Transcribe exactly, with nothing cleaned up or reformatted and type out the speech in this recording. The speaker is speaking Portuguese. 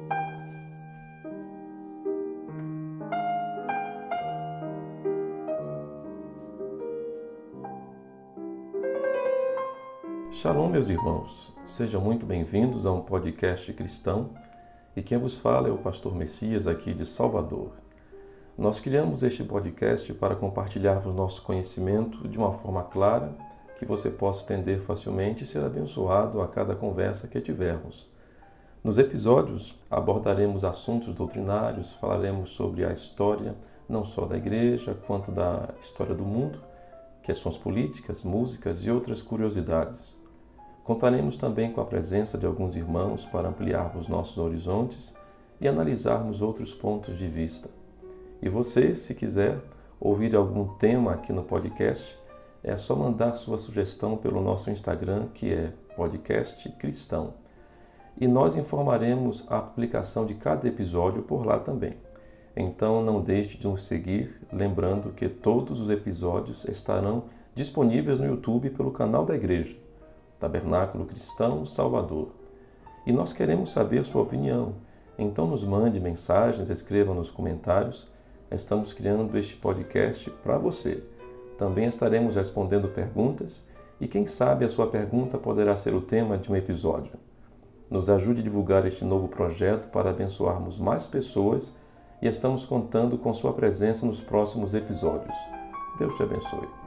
Shalom, meus irmãos, sejam muito bem-vindos a um podcast cristão e quem vos fala é o pastor Messias aqui de Salvador. Nós criamos este podcast para compartilharmos nosso conhecimento de uma forma clara que você possa entender facilmente e ser abençoado a cada conversa que tivermos. Nos episódios abordaremos assuntos doutrinários, falaremos sobre a história não só da igreja quanto da história do mundo, questões políticas, músicas e outras curiosidades. Contaremos também com a presença de alguns irmãos para ampliarmos nossos horizontes e analisarmos outros pontos de vista. E você, se quiser ouvir algum tema aqui no podcast, é só mandar sua sugestão pelo nosso Instagram, que é Podcast Cristão. E nós informaremos a publicação de cada episódio por lá também. Então não deixe de nos seguir, lembrando que todos os episódios estarão disponíveis no YouTube pelo canal da igreja, Tabernáculo Cristão Salvador. E nós queremos saber a sua opinião, então nos mande mensagens, escreva nos comentários. Estamos criando este podcast para você. Também estaremos respondendo perguntas e quem sabe a sua pergunta poderá ser o tema de um episódio. Nos ajude a divulgar este novo projeto para abençoarmos mais pessoas e estamos contando com sua presença nos próximos episódios. Deus te abençoe.